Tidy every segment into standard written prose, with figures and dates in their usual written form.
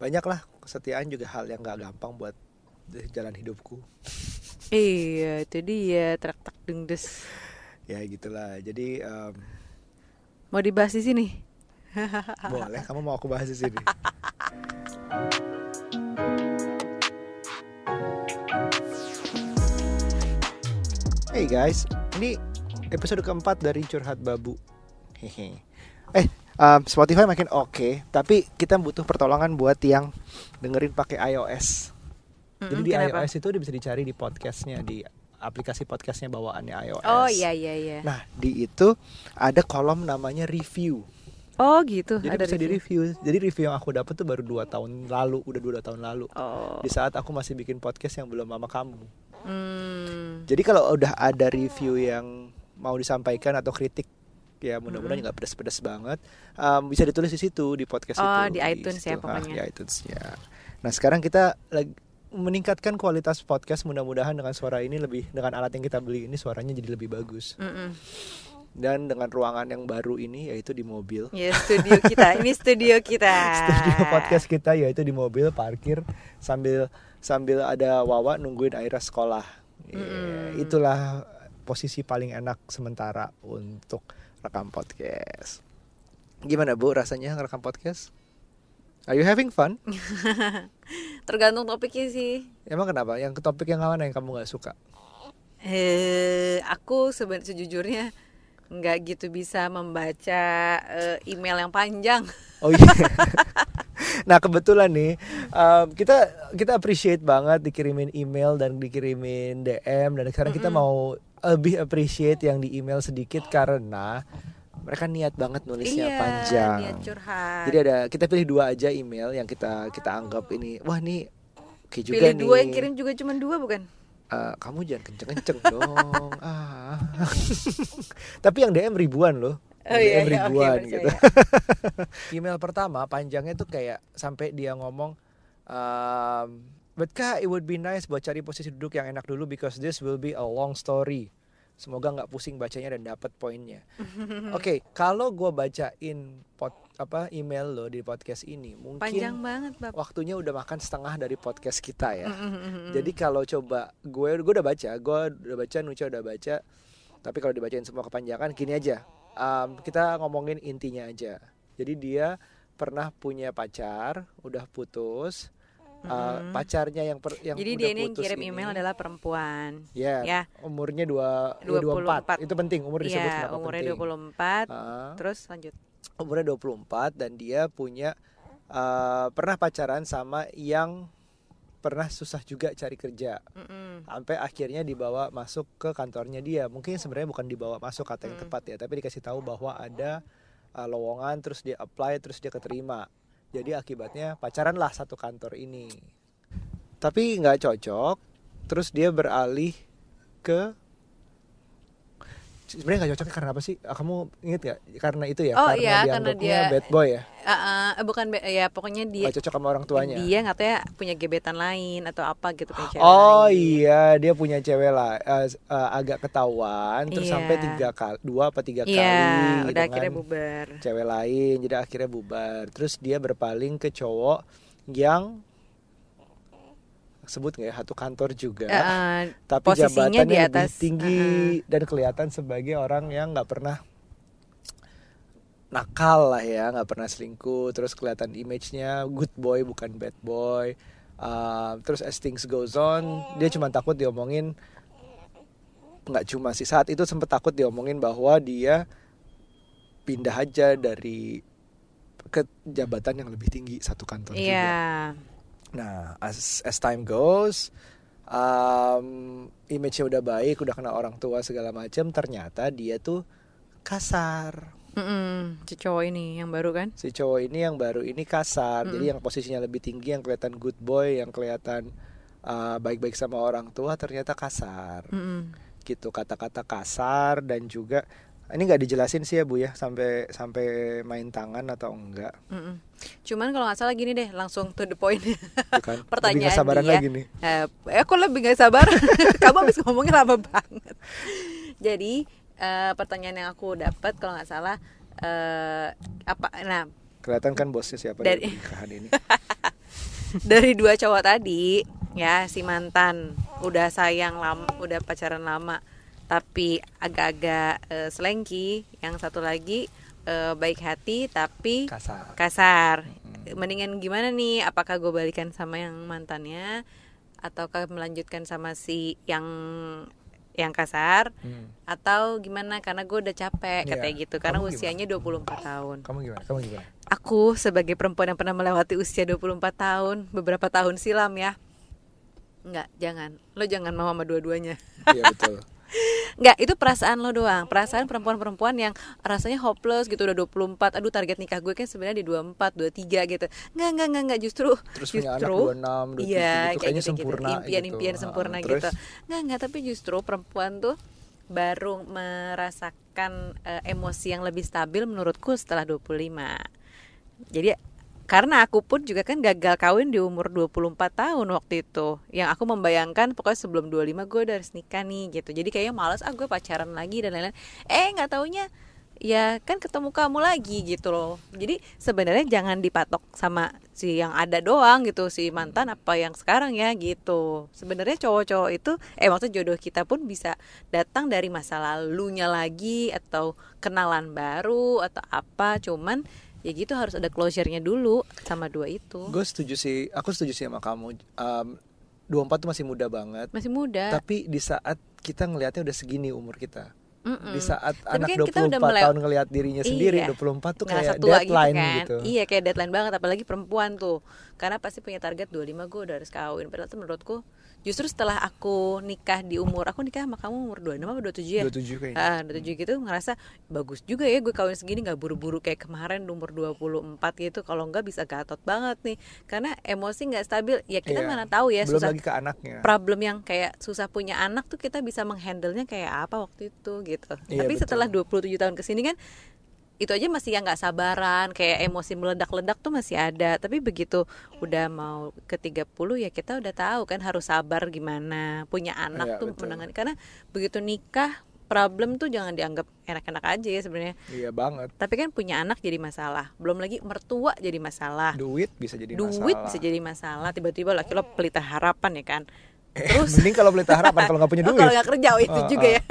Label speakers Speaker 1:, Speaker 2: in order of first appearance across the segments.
Speaker 1: banyak lah, kesetiaan juga hal yang gak gampang buat jalan hidupku.
Speaker 2: Iya, itu dia trak tak dengdes.
Speaker 1: Ya gitulah. Jadi
Speaker 2: Mau dibahas di sini?
Speaker 1: boleh, kamu mau aku bahas di sini? Hey guys, ini episode keempat dari Curhat Babu. Hehe. Spotify makin oke, tapi kita butuh pertolongan buat yang dengerin pakai iOS. Jadi di
Speaker 2: Kenapa?
Speaker 1: iOS itu bisa dicari di podcastnya, di aplikasi podcastnya bawaannya iOS.
Speaker 2: Oh iya.
Speaker 1: Nah di itu ada kolom namanya review.
Speaker 2: Oh gitu.
Speaker 1: Jadi
Speaker 2: ada
Speaker 1: bisa di review. Jadi review yang aku dapat tuh baru 2 tahun lalu, udah 2 tahun lalu.
Speaker 2: Oh.
Speaker 1: Di saat aku masih bikin podcast yang belum sama kamu.
Speaker 2: Hmm.
Speaker 1: Jadi kalau udah ada review yang mau disampaikan atau kritik, ya mudah-mudahan nggak pedas-pedas banget, bisa ditulis di situ di podcast itu.
Speaker 2: Oh di iTunes ya
Speaker 1: situ.
Speaker 2: pokoknya.
Speaker 1: Di iTunes ya. Nah sekarang kita lagi meningkatkan kualitas podcast, mudah-mudahan dengan suara ini lebih, dengan alat yang kita beli ini suaranya jadi lebih bagus. Dan dengan ruangan yang baru ini yaitu di mobil.
Speaker 2: Ya studio kita. Ini studio kita.
Speaker 1: Studio podcast kita yaitu di mobil, parkir sambil ada Wawa nungguin Aira sekolah. Itulah posisi paling enak sementara untuk rekam podcast. Gimana Bu rasanya rekam podcast? Are you having fun?
Speaker 2: Tergantung topiknya sih.
Speaker 1: Emang kenapa? Yang topik yang mana yang kamu gak suka?
Speaker 2: Aku sejujurnya nggak gitu bisa membaca email yang panjang.
Speaker 1: Oh iya. Nah kebetulan nih kita appreciate banget dikirimin email dan dikirimin DM, dan sekarang kita mau lebih appreciate yang di email sedikit karena mereka niat banget nulisnya panjang.
Speaker 2: Niat curhat.
Speaker 1: Jadi kita pilih 2 aja email yang kita anggap ini, wah nih oke juga
Speaker 2: pilih
Speaker 1: nih.
Speaker 2: 2 yang kirim juga cuma 2 bukan?
Speaker 1: Kamu jangan kenceng-kenceng dong. Tapi yang DM ribuan loh. DM ribuan
Speaker 2: okay,
Speaker 1: gitu. Email pertama panjangnya tuh kayak sampai dia ngomong, but Kak, it would be nice buat cari posisi duduk yang enak dulu because this will be a long story. Semoga nggak pusing bacanya dan dapat poinnya. Oke, kalau gue bacain email lo di podcast ini, mungkin
Speaker 2: panjang banget, Bab.
Speaker 1: Waktunya udah makan setengah dari podcast kita ya. Jadi kalau coba gue udah baca, Nucha udah baca. Tapi kalau dibacain semua kepanjangan, gini aja. Kita ngomongin intinya aja. Jadi dia pernah punya pacar, udah putus. Pacarnya yang
Speaker 2: jadi
Speaker 1: udah
Speaker 2: dia ini yang
Speaker 1: putus
Speaker 2: kirim email adalah perempuan.
Speaker 1: Ya. Umurnya 24. Itu penting, umur disebut kenapa
Speaker 2: umurnya
Speaker 1: penting.
Speaker 2: 24. Terus lanjut.
Speaker 1: Umurnya 24 dan dia punya pernah pacaran sama yang pernah susah juga cari kerja. Sampai akhirnya dibawa masuk ke kantornya dia. Mungkin sebenarnya bukan dibawa masuk kata yang tepat ya, tapi dikasih tahu bahwa ada lowongan, terus dia apply, terus dia keterima. Jadi akibatnya pacaranlah satu kantor ini. Tapi nggak cocok. Terus dia beralih ke, sebenarnya nggak cocoknya karena apa sih? Kamu inget nggak? Karena itu ya? Karena dia bad boy ya?
Speaker 2: Bukan ya, pokoknya dia
Speaker 1: nggak cocok sama orang tuanya.
Speaker 2: Dia katanya punya gebetan lain atau apa gitu, punya cewek
Speaker 1: lain.
Speaker 2: Iya,
Speaker 1: dia punya cewek lah, agak ketahuan. Terus sampai 2 atau 3 kali.
Speaker 2: Udah akhirnya bubar.
Speaker 1: Cewek lain, jadi akhirnya bubar. Terus dia berpaling ke cowok yang sebut nggak ya, satu kantor juga, tapi jabatannya di atas, lebih tinggi dan kelihatan sebagai orang yang nggak pernah nakal lah ya, nggak pernah selingkuh. Terus kelihatan image-nya good boy bukan bad boy. Terus as things goes on, dia cuma takut diomongin, nggak cuma sih, saat itu sempet takut diomongin bahwa dia pindah aja dari ke jabatan yang lebih tinggi satu kantor juga. Nah, as time goes, image-nya udah baik, udah kenal orang tua segala macam. Ternyata dia tuh kasar.
Speaker 2: Si cowok ini yang baru kan?
Speaker 1: Si cowok ini yang baru ini kasar. Jadi yang posisinya lebih tinggi, yang kelihatan good boy, yang kelihatan baik-baik sama orang tua, ternyata kasar. Gitu, kata-kata kasar. Dan juga ini nggak dijelasin sih ya Bu ya, sampai main tangan atau enggak.
Speaker 2: Cuman kalau nggak salah gini deh, langsung to the point.
Speaker 1: Bukan?
Speaker 2: Pertanyaan
Speaker 1: lebih gak sabaran
Speaker 2: dia,
Speaker 1: lagi nih.
Speaker 2: Aku lebih gak sabar. Kamu habis ngomongnya lama banget. Jadi pertanyaan yang aku dapat kalau nggak salah
Speaker 1: kelihatan kan bosnya siapa dari pernikahan ini.
Speaker 2: dari 2 cowok tadi, ya si mantan udah sayang lama, udah pacaran lama, tapi agak-agak selengki. Yang satu lagi baik hati tapi kasar. Mendingan gimana nih? Apakah gue balikan sama yang mantannya, ataukah melanjutkan sama si yang kasar, atau gimana? Karena gue udah capek katanya gitu. Karena usianya 24 tahun.
Speaker 1: Kamu gimana?
Speaker 2: Aku sebagai perempuan yang pernah melewati usia 24 tahun beberapa tahun silam ya. Enggak, jangan. Lo jangan mau sama dua-duanya.
Speaker 1: Iya betul.
Speaker 2: Enggak, itu perasaan lo doang. Perasaan perempuan-perempuan yang rasanya hopeless gitu, udah 24. Aduh, target nikah gue kan sebenarnya di 24, 23 gitu. Enggak, justru
Speaker 1: punya anak 26, 27
Speaker 2: iya,
Speaker 1: gitu,
Speaker 2: kayak
Speaker 1: kayaknya
Speaker 2: gitu,
Speaker 1: sempurna
Speaker 2: impian
Speaker 1: gitu.
Speaker 2: Sempurna
Speaker 1: Terus?
Speaker 2: gitu. Enggak, tapi justru perempuan tuh baru merasakan emosi yang lebih stabil menurutku setelah 25. Jadi karena aku pun juga kan gagal kawin di umur 24 tahun waktu itu. Yang aku membayangkan pokoknya sebelum 25 gue udah harus nikah nih gitu. Jadi kayaknya malas gue pacaran lagi dan lain-lain. Gak taunya ya kan ketemu kamu lagi gitu loh. Jadi sebenarnya jangan dipatok sama si yang ada doang gitu, si mantan apa yang sekarang ya gitu. Sebenarnya cowok-cowok itu maksudnya jodoh kita pun bisa datang dari masa lalunya lagi, atau kenalan baru atau apa. Cuman ya gitu, harus ada closure-nya dulu sama dua itu.
Speaker 1: Aku setuju sih sama kamu. 24 tuh masih muda banget.
Speaker 2: Masih muda.
Speaker 1: Tapi di saat kita ngelihatnya udah segini umur kita. Di saat
Speaker 2: tapi
Speaker 1: anak
Speaker 2: kan
Speaker 1: 24 tahun ngelihat dirinya sendiri, 24 tuh kayak deadline gitu.
Speaker 2: Iya, kayak deadline banget, apalagi perempuan tuh. Karena pasti punya target 25 gue udah harus kawin. Padahal tuh menurutku justru setelah aku nikah aku nikah sama kamu umur 26 apa 27 ya?
Speaker 1: 27 kayaknya.
Speaker 2: 27 gitu, ngerasa bagus juga ya gue kawin segini, gak buru-buru kayak kemarin umur 24 gitu. Kalau enggak bisa gatot banget nih. Karena emosi gak stabil. Ya kita mana tahu ya,
Speaker 1: belum
Speaker 2: susah
Speaker 1: lagi ke anaknya.
Speaker 2: Problem yang kayak susah punya anak tuh kita bisa menghandle-nya kayak apa waktu itu gitu.
Speaker 1: Iya,
Speaker 2: tapi
Speaker 1: betul.
Speaker 2: Setelah 27 tahun kesini kan itu aja masih yang nggak sabaran, kayak emosi meledak-ledak tuh masih ada. Tapi begitu udah mau ke 30 ya kita udah tahu kan harus sabar gimana punya anak tuh menangani. Karena begitu nikah, problem tuh jangan dianggap enak-enak aja ya sebenarnya.
Speaker 1: Iya banget.
Speaker 2: Tapi kan punya anak jadi masalah, belum lagi mertua jadi masalah.
Speaker 1: Duit bisa jadi
Speaker 2: masalah. Tiba-tiba laki lo pelita harapan ya kan.
Speaker 1: Terus mending kalau pelita harapan kalau nggak punya duit.
Speaker 2: Kalau nggak kerja itu juga ya.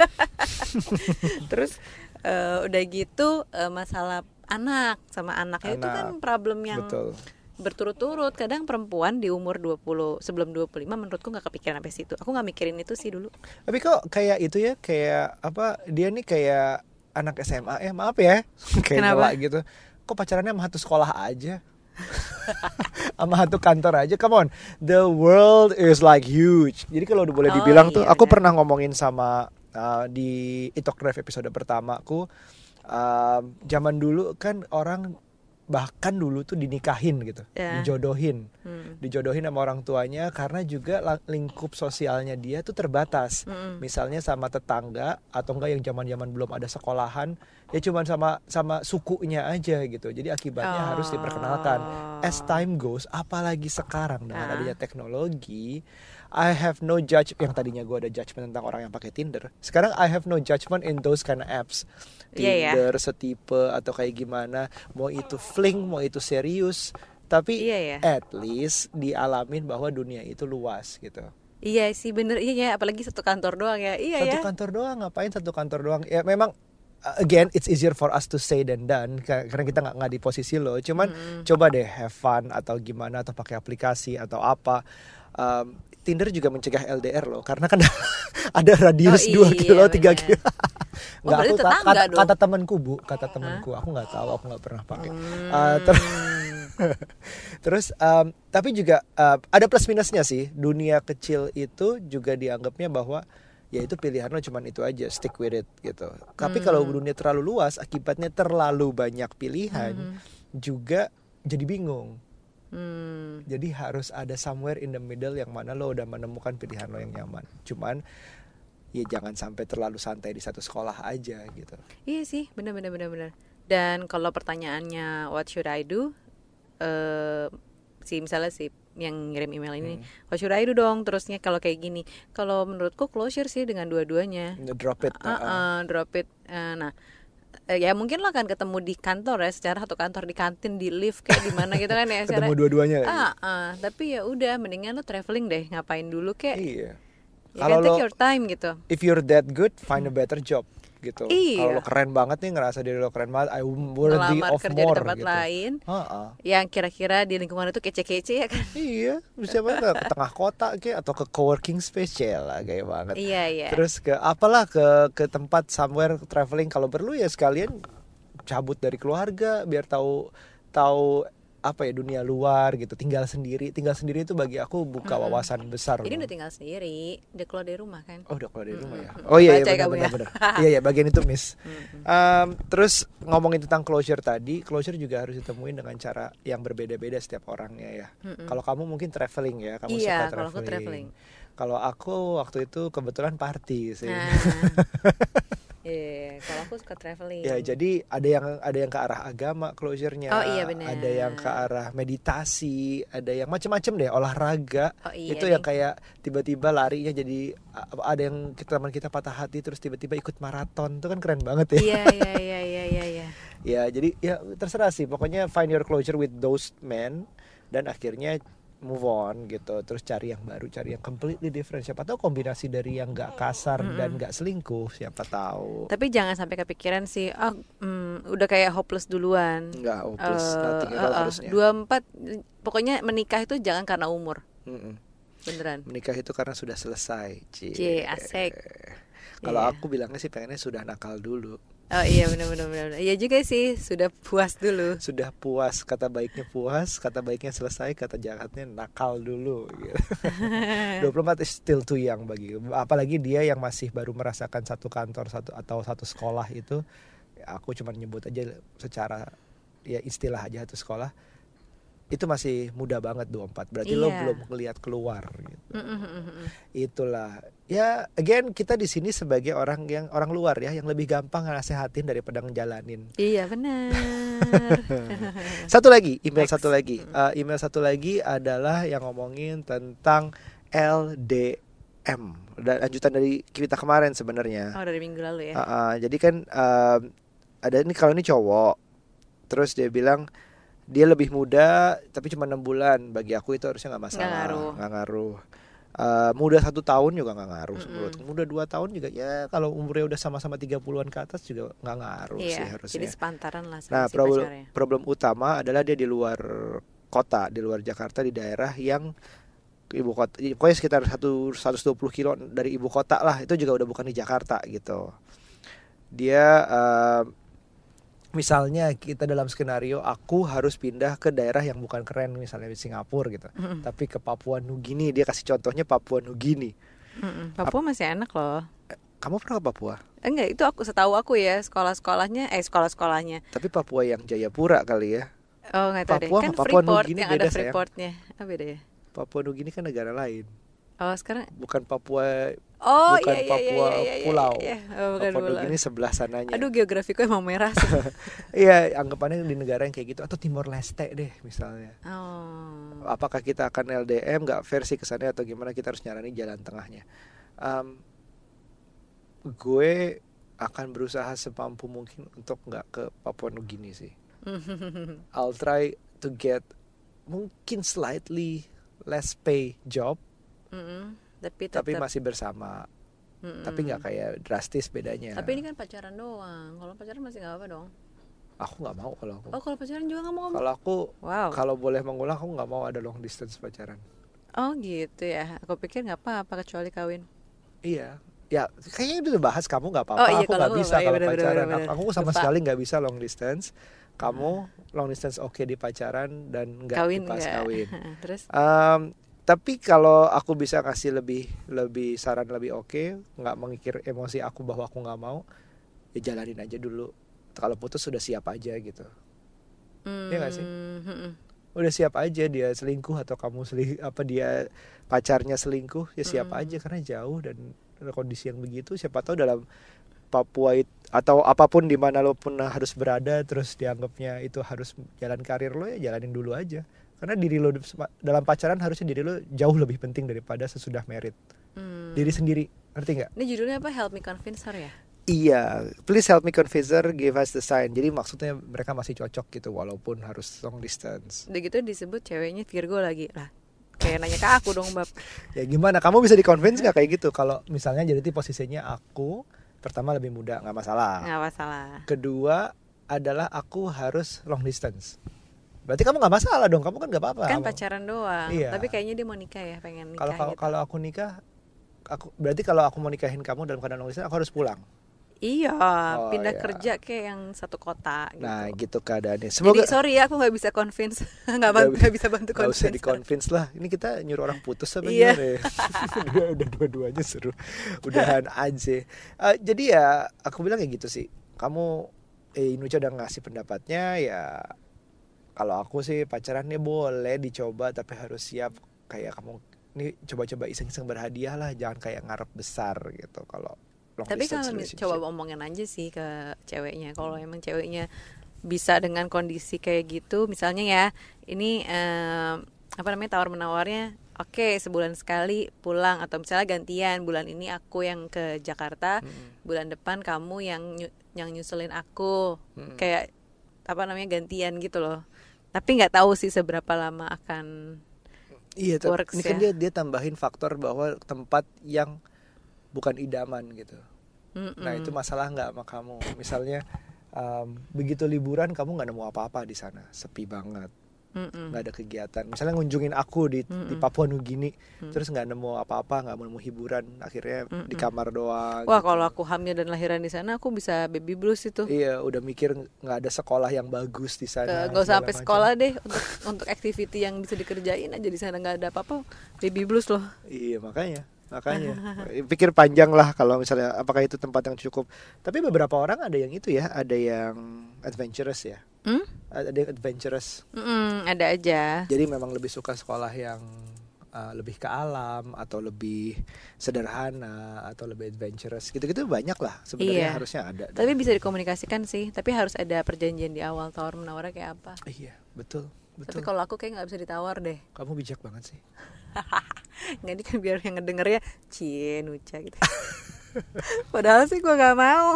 Speaker 2: Terus udah gitu masalah anak sama anaknya itu kan problem yang berturut-turut. Kadang perempuan di umur 20 sebelum 25 menurutku nggak kepikiran sampai situ. Aku nggak mikirin itu sih dulu.
Speaker 1: Tapi kok kayak itu ya, kayak apa, dia nih kayak anak SMA ya, maaf ya. Kayak
Speaker 2: kenapa
Speaker 1: gitu. Kok pacarannya sama satu sekolah aja? Sama satu kantor aja. Come on, the world is like huge. Jadi kalau udah boleh dibilang tuh, aku pernah ngomongin sama di Itok Drive episode pertama aku, zaman dulu kan orang bahkan dulu tuh dinikahin gitu, dijodohin sama orang tuanya karena juga lingkup sosialnya dia tuh terbatas. Misalnya sama tetangga, atau enggak yang zaman-zaman belum ada sekolahan, ya cuman sama sukunya aja gitu. Jadi akibatnya harus diperkenalkan. As time goes, apalagi sekarang dengan adanya teknologi, I have no judgment. Yang tadinya gue ada judgment tentang orang yang pakai Tinder, sekarang I have no judgment in those kind of apps. Tinder, setipe atau kayak gimana, mau itu fling, mau itu serius, tapi at least dialamin bahwa dunia itu luas gitu.
Speaker 2: Iya sih, bener. Iya, apalagi satu kantor doang ya. Satu
Speaker 1: kantor doang, ngapain satu kantor doang? Ya memang again it's easier for us to say than done, karena kita nggak di posisi lo. Cuman coba deh have fun atau gimana, atau pakai aplikasi atau apa. Tinder juga mencegah LDR loh, karena kan ada radius 2 kilo, 3 kilo. Nggak, aku kata temanku aku nggak tahu, aku nggak pernah pakai. Terus tapi juga ada plus minusnya sih. Dunia kecil itu juga dianggapnya bahwa ya itu pilihan lo cuman itu aja, stick with it gitu. Tapi kalau dunia terlalu luas, akibatnya terlalu banyak pilihan, juga jadi bingung. Jadi harus ada somewhere in the middle yang mana lo udah menemukan pilihan lo yang nyaman. Cuman ya jangan sampai terlalu santai di satu sekolah aja gitu.
Speaker 2: Iya sih, benar. Dan kalau pertanyaannya what should I do, misalnya yang ngirim email ini, what should I do dong terusnya kalau kayak gini. Kalau menurutku closure sih dengan dua-duanya.
Speaker 1: Drop it.
Speaker 2: Drop it. Nah, ya mungkin lo akan ketemu di kantor ya secara, atau kantor di kantin, di lift kayak di mana gitu kan ya secara.
Speaker 1: Ketemu dua-duanya lagi.
Speaker 2: Tapi ya udah mendingan lo traveling deh, ngapain dulu kayak.
Speaker 1: Iya.
Speaker 2: Ya kan take your time gitu.
Speaker 1: If you're that good, find a better job gitu.
Speaker 2: Iya.
Speaker 1: Kalau lo keren banget nih, ngerasa diri lo keren banget, I'm worthy
Speaker 2: Ngelamar
Speaker 1: of
Speaker 2: kerja
Speaker 1: more
Speaker 2: di tempat
Speaker 1: gitu.
Speaker 2: lain yang kira-kira di lingkungan itu kece-kece ya kan.
Speaker 1: Iya, bisa banget ke tengah kota kayak, atau ke co-working space lah kayak banget.
Speaker 2: Iya.
Speaker 1: Terus ke apalah, ke tempat somewhere traveling, kalau perlu ya sekalian cabut dari keluarga biar tahu apa ya, dunia luar gitu. Tinggal sendiri itu bagi aku buka wawasan besar.
Speaker 2: Ini udah tinggal sendiri, udah keluar dari rumah kan.
Speaker 1: Oh, udah keluar dari rumah ya. Oh iya,
Speaker 2: Baca
Speaker 1: benar. Iya, bagian itu miss. Terus ngomongin tentang closure tadi, closure juga harus ditemuin dengan cara yang berbeda-beda setiap orangnya ya. Kalau kamu mungkin traveling ya, kamu
Speaker 2: Iya,
Speaker 1: suka
Speaker 2: kalau aku traveling.
Speaker 1: Kalau aku waktu itu kebetulan party sih.
Speaker 2: Iya, kalau aku suka traveling.
Speaker 1: Ya, jadi ada yang ke arah agama closure-nya.
Speaker 2: Oh iya, benar.
Speaker 1: Ada yang ke arah meditasi, ada yang macam-macam deh, olahraga.
Speaker 2: Oh, iya
Speaker 1: itu
Speaker 2: nih.
Speaker 1: yang kayak tiba-tiba larinya jadi, ada yang teman kita patah hati terus tiba-tiba ikut maraton. Itu kan keren banget ya.
Speaker 2: Iya.
Speaker 1: Ya, jadi ya terserah sih. Pokoknya find your closure with those men, dan akhirnya move on gitu. Terus cari yang baru, cari yang completely different. Siapa tahu kombinasi dari yang gak kasar dan gak selingkuh, siapa tahu.
Speaker 2: Tapi jangan sampai kepikiran sih, udah kayak hopeless duluan.
Speaker 1: Enggak, hopeless, nothing at all terusnya.
Speaker 2: 24, pokoknya menikah itu jangan karena umur. Beneran.
Speaker 1: Menikah itu karena sudah selesai.
Speaker 2: Cie, asik.
Speaker 1: Kalau
Speaker 2: Iya.
Speaker 1: aku bilangnya sih pengennya sudah nakal dulu.
Speaker 2: Oh iya, benar. Iya juga sih, sudah puas dulu.
Speaker 1: Sudah puas, kata baiknya puas, kata baiknya selesai, kata jahatnya nakal dulu gitu. 24 is still too young bagi, apalagi dia yang masih baru merasakan satu kantor atau satu sekolah itu. Aku cuma nyebut aja secara ya istilah aja, satu sekolah. Itu masih muda banget 24. Berarti lo belum ngelihat keluar gitu. Itulah. Ya, again kita di sini sebagai orang luar ya, yang lebih gampang nasehatin daripada ngejalanin.
Speaker 2: Iya, benar.
Speaker 1: Email satu lagi adalah yang ngomongin tentang LDM. Lanjutan dari kita kemarin sebenarnya.
Speaker 2: Oh, dari minggu lalu ya.
Speaker 1: Jadi kan ada ini, kalau ini cowok. Terus dia bilang dia lebih muda tapi cuma 6 bulan. Bagi aku itu harusnya gak masalah, gak ngaruh. Muda 1 tahun juga gak ngaruh. Muda 2 tahun juga ya, kalau umurnya udah sama-sama 30-an ke atas juga gak ngaruh sih harusnya.
Speaker 2: Jadi sepantaran lah sama
Speaker 1: Nah,
Speaker 2: si pacarnya.
Speaker 1: problem utama adalah dia di luar kota, di luar Jakarta, di daerah yang ibu kota, pokoknya sekitar 120 kilo dari ibu kota lah. Itu juga udah bukan di Jakarta gitu. Dia misalnya kita dalam skenario aku harus pindah ke daerah yang bukan keren, misalnya di Singapura gitu, tapi ke Papua Nugini. Dia kasih contohnya Papua Nugini.
Speaker 2: Papua masih enak loh.
Speaker 1: Kamu pernah ke Papua?
Speaker 2: Enggak, itu setahu aku ya, sekolah-sekolahnya.
Speaker 1: Tapi Papua yang Jayapura kali ya.
Speaker 2: Oh, nggak tahu deh. Kan
Speaker 1: Papua
Speaker 2: Freeport
Speaker 1: Nugini
Speaker 2: yang
Speaker 1: beda,
Speaker 2: ada Freeportnya. Apa beda ya?
Speaker 1: Papua Nugini kan negara lain.
Speaker 2: Oh, sekarang
Speaker 1: Bukan Papua.
Speaker 2: Oh,
Speaker 1: bukan
Speaker 2: iya,
Speaker 1: Papua pulau.
Speaker 2: Oh, bukan
Speaker 1: Papua
Speaker 2: pulau.
Speaker 1: Nugini sebelah sananya.
Speaker 2: Aduh, geografiku emang merah sih.
Speaker 1: Iya, anggapannya di negara yang kayak gitu, atau Timor Leste deh misalnya.
Speaker 2: Oh.
Speaker 1: Apakah kita akan LDM, nggak versi kesannya, atau gimana? Kita harus nyarani jalan tengahnya. Gue akan berusaha semampu mungkin untuk nggak ke Papua Nugini sih. I'll try to get mungkin slightly less pay job, tapi masih bersama. Tapi nggak kayak drastis bedanya.
Speaker 2: Tapi ini kan pacaran doang. Kalau pacaran masih nggak apa dong.
Speaker 1: Aku nggak mau kalau aku.
Speaker 2: Oh, kalau pacaran juga nggak mau.
Speaker 1: Kalau aku,
Speaker 2: wow.
Speaker 1: Kalau boleh mengulang, aku nggak mau ada long distance pacaran.
Speaker 2: Oh gitu ya. Aku pikir nggak apa-apa kecuali kawin.
Speaker 1: Iya. Ya kayaknya udah bahas, kamu nggak apa-apa.
Speaker 2: Oh, iya,
Speaker 1: aku nggak bisa kalau pacaran.
Speaker 2: bener.
Speaker 1: Aku sama sekali nggak bisa long distance. Kamu long distance oke di pacaran dan nggak di pas kawin.
Speaker 2: Terus?
Speaker 1: Tapi kalau aku bisa kasih lebih saran lebih oke, nggak mengikir emosi aku bahwa aku nggak mau, ya jalanin aja dulu. Kalau putus sudah siap aja gitu. Iya nggak sih? Udah siap aja dia selingkuh atau kamu dia pacarnya selingkuh, ya siap aja karena jauh dan kondisi yang begitu. Siapa tahu dalam Papua atau apapun di mana lo pun harus berada, terus dianggapnya itu harus jalan karir lo, ya jalanin dulu aja. Karena diri lo dalam pacaran harusnya diri lo jauh lebih penting daripada sesudah married. Diri sendiri, ngerti nggak?
Speaker 2: Ini judulnya apa? Help Me Convince Her ya?
Speaker 1: Iya, please help me convince her, give us the sign. Jadi maksudnya mereka masih cocok gitu walaupun harus long distance.
Speaker 2: Udah gitu disebut ceweknya Virgo lagi lah. Kayak nanya ke aku dong bab.
Speaker 1: Ya gimana? Kamu bisa di-convince nggak kayak gitu? Kalau misalnya jadi posisinya aku, pertama lebih muda, nggak masalah.
Speaker 2: Nggak masalah.
Speaker 1: Kedua adalah aku harus long distance. Berarti kamu nggak masalah dong, kamu kan nggak apa-apa.
Speaker 2: Kan
Speaker 1: kamu.
Speaker 2: pacaran doang.
Speaker 1: Iya.
Speaker 2: Tapi kayaknya dia mau nikah ya, pengen nikah gitu.
Speaker 1: Kalau aku nikah, berarti kalau aku mau nikahin kamu dalam keadaan long distance, aku harus pulang.
Speaker 2: Iya,
Speaker 1: Oh,
Speaker 2: pindah
Speaker 1: iya.
Speaker 2: kerja kayak yang satu kota gitu.
Speaker 1: Nah gitu keadaannya.
Speaker 2: Jadi sorry ya, aku nggak bisa convince, nggak bisa bantu
Speaker 1: Gak usah
Speaker 2: convince.
Speaker 1: di-convince lah. Ini kita nyuruh orang putus apa gimana ya? udah dua-duanya seru. Udahan aja. Jadi ya aku bilang kayak gitu sih. Kamu Inuca udah ngasih pendapatnya ya. Kalau aku sih pacarannya boleh dicoba tapi harus siap. Kayak kamu ini coba-coba iseng-iseng berhadiah lah. Jangan kayak ngarep besar gitu. Kalau long
Speaker 2: Tapi
Speaker 1: distance
Speaker 2: kalau
Speaker 1: relationship.
Speaker 2: coba omongin aja sih ke ceweknya. Kalau emang ceweknya bisa dengan kondisi kayak gitu, misalnya ya, ini apa namanya, tawar menawarnya, oke, sebulan sekali pulang, atau misalnya gantian, bulan ini aku yang ke Jakarta, bulan depan kamu yang nyusulin aku, kayak apa namanya, gantian gitu loh. Tapi nggak tahu sih seberapa lama akan.
Speaker 1: Iya,
Speaker 2: works
Speaker 1: ini kan
Speaker 2: ya.
Speaker 1: dia tambahin faktor bahwa tempat yang bukan idaman gitu. Nah itu masalah nggak sama kamu? Misalnya begitu liburan kamu nggak nemu apa-apa di sana, sepi banget, nggak ada kegiatan. Misalnya ngunjungin aku di Papua Nugini, terus nggak nemu apa-apa, nggak nemu hiburan, akhirnya di kamar doang.
Speaker 2: Wah,
Speaker 1: gitu.
Speaker 2: kalau aku hamil dan lahiran di sana, aku bisa baby blues itu.
Speaker 1: Iya, udah mikir nggak ada sekolah yang bagus di sana.
Speaker 2: Nggak usah
Speaker 1: segala
Speaker 2: sampai
Speaker 1: macam.
Speaker 2: sekolah deh, untuk activity yang bisa dikerjain aja di sana nggak ada apa-apa, baby blues loh.
Speaker 1: Iya makanya pikir panjang lah kalau misalnya apakah itu tempat yang cukup. Tapi beberapa orang ada yang itu ya, ada yang adventurous ya, ada yang adventurous.
Speaker 2: Ada aja.
Speaker 1: Jadi memang lebih suka sekolah yang lebih ke alam atau lebih sederhana atau lebih adventurous gitu-gitu banyak lah sebenarnya.
Speaker 2: Iya.
Speaker 1: Harusnya ada.
Speaker 2: Tapi bisa dikomunikasikan sih, tapi harus ada perjanjian di awal tawar menawarnya kayak apa.
Speaker 1: Iya betul.
Speaker 2: Tapi kalau aku kayak nggak bisa ditawar deh.
Speaker 1: Kamu bijak banget sih.
Speaker 2: Nggak, ini kan biar yang ngedengernya cie Nuca gitu. Padahal sih gue nggak mau.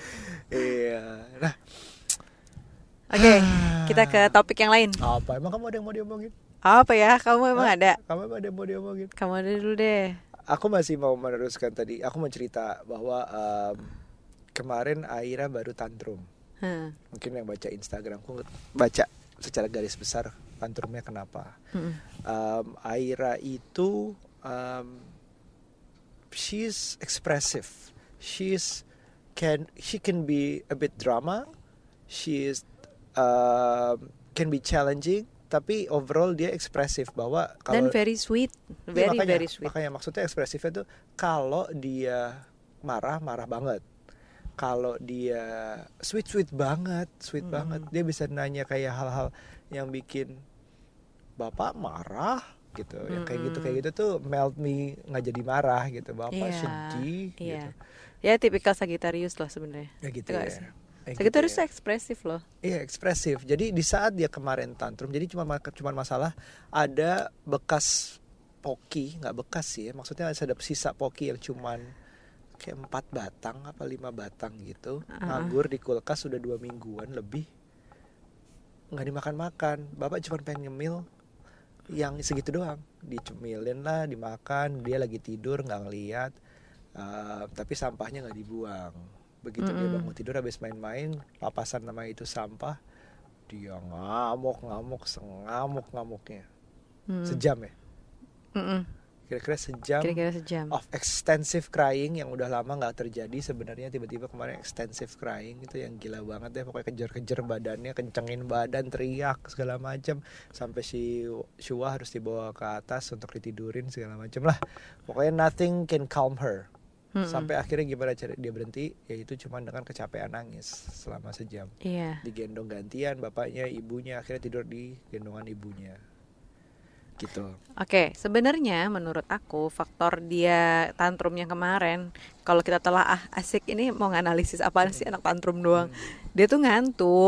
Speaker 1: Iya. Nah,
Speaker 2: Oke, kita ke topik yang lain.
Speaker 1: apa emang kamu ada yang mau diomongin?
Speaker 2: Apa ya? Kamu emang ada?
Speaker 1: Kamu emang ada yang mau diomongin?
Speaker 2: Kamu ada dulu deh.
Speaker 1: Aku masih mau meneruskan tadi. Aku mau cerita bahwa kemarin Aira baru tantrum. Mungkin yang baca Instagramku baca secara garis besar tantrumnya kenapa. Aira itu she's expressive. She can be a bit drama. She's can be challenging. Tapi overall dia ekspresif bahwa kalau
Speaker 2: dan very sweet, very sweet.
Speaker 1: Makanya maksudnya ekspresifnya tuh kalau dia marah banget. Kalau dia sweet banget. Dia bisa nanya kayak hal-hal yang bikin bapak marah gitu. Yang kayak gitu tuh melt me, nggak jadi marah gitu. Bapak sedih gitu.
Speaker 2: Ya tipikal Sagittarius lah sebenarnya.
Speaker 1: Ya gitu ya.
Speaker 2: Sagittarius gitu ya. Ekspresif loh.
Speaker 1: Iya ekspresif. Jadi di saat dia kemarin tantrum, jadi cuma masalah ada bekas poki, nggak bekas sih ya. Maksudnya ada sisa poki yang cuman kayak 4 batang apa 5 batang gitu, nganggur di kulkas sudah 2 mingguan lebih, nggak dimakan. Bapak cuma pengen ngemil yang segitu doang, dicemilin lah, dimakan. Dia lagi tidur nggak ngeliat, tapi sampahnya nggak dibuang. Begitu dia bangun tidur habis main-main, papasan nama itu sampah, dia ngamuk-ngamuknya. Sejam ya. Kira-kira sejam of extensive crying yang udah lama nggak terjadi sebenarnya. Tiba-tiba kemarin extensive crying itu yang gila banget deh. Pokoknya kejar-kejar badannya, kencengin badan, teriak segala macam, sampai si Shua harus dibawa ke atas untuk ditidurin segala macam lah. Pokoknya nothing can calm her. Sampai akhirnya gimana cara dia berhenti, yaitu cuma dengan kecapean nangis selama sejam. Digendong gantian bapaknya, ibunya, akhirnya tidur di gendongan ibunya gitu.
Speaker 2: Oke, sebenarnya menurut aku faktor dia tantrum yang kemarin, kalau kita telah asik ini mau nganalisis apaan sih anak tantrum doang. Dia tuh ngantuk.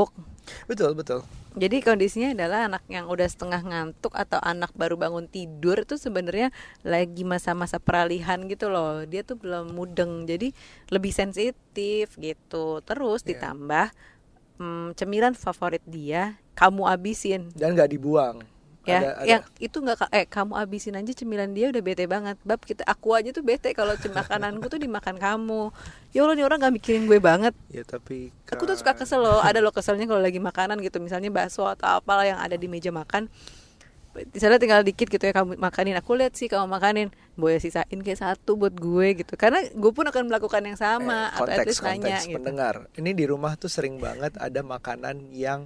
Speaker 1: Betul, betul.
Speaker 2: Jadi kondisinya adalah anak yang udah setengah ngantuk atau anak baru bangun tidur itu sebenarnya lagi masa-masa peralihan gitu loh. Dia tuh belum mudeng, jadi lebih sensitif gitu. Terus ditambah cemilan favorit dia kamu abisin.
Speaker 1: Dan nggak dibuang.
Speaker 2: Ya, yang itu nggak kamu abisin aja cemilan dia udah bete banget. Bab aku aja tuh bete kalau makananku tuh dimakan kamu. Ya Allah, nih orang nggak mikirin gue banget.
Speaker 1: Ya tapi
Speaker 2: Aku tuh suka kesel loh. Ada loh keselnya kalau lagi makanan gitu, misalnya bakso atau apalah yang ada di meja makan. Misalnya tinggal dikit gitu ya kamu makanin, aku lihat sih kamu makanin, boleh sisain kayak satu buat gue gitu. Karena gue pun akan melakukan yang sama atau at least nanya gitu.
Speaker 1: Pendengar, ini di rumah tuh sering banget ada makanan yang